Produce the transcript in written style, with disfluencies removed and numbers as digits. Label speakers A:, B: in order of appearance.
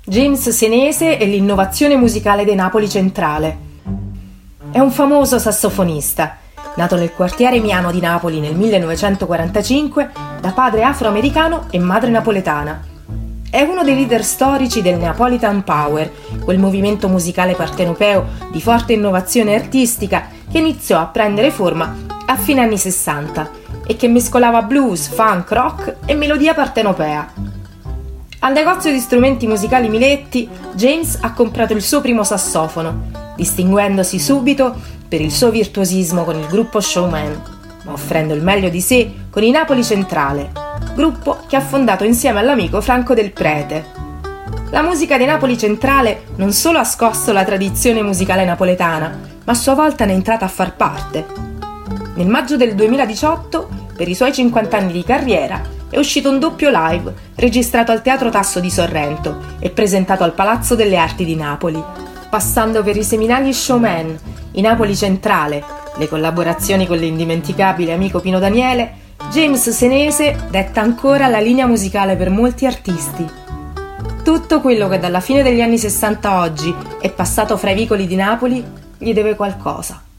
A: James Senese e l'innovazione musicale dei Napoli Centrale. È un famoso sassofonista, nato nel quartiere Miano di Napoli nel 1945 da padre afroamericano e madre napoletana. È uno dei leader storici del Neapolitan Power, quel movimento musicale partenopeo di forte innovazione artistica che iniziò a prendere forma a fine anni 60 e che mescolava blues, funk, rock e melodia partenopea. Al negozio di strumenti musicali Miletti, James ha comprato il suo primo sassofono, distinguendosi subito per il suo virtuosismo con il gruppo Showman, ma offrendo il meglio di sé con i Napoli Centrale, gruppo che ha fondato insieme all'amico Franco Del Prete. La musica dei Napoli Centrale non solo ha scosso la tradizione musicale napoletana, ma a sua volta ne è entrata a far parte. Nel maggio del 2018, per i suoi 50 anni di carriera, è uscito un doppio live registrato al Teatro Tasso di Sorrento e presentato al Palazzo delle Arti di Napoli. Passando per i seminali Showman, i Napoli Centrale, le collaborazioni con l'indimenticabile amico Pino Daniele, James Senese detta ancora la linea musicale per molti artisti. Tutto quello che dalla fine degli anni 60 a oggi è passato fra i vicoli di Napoli gli deve qualcosa.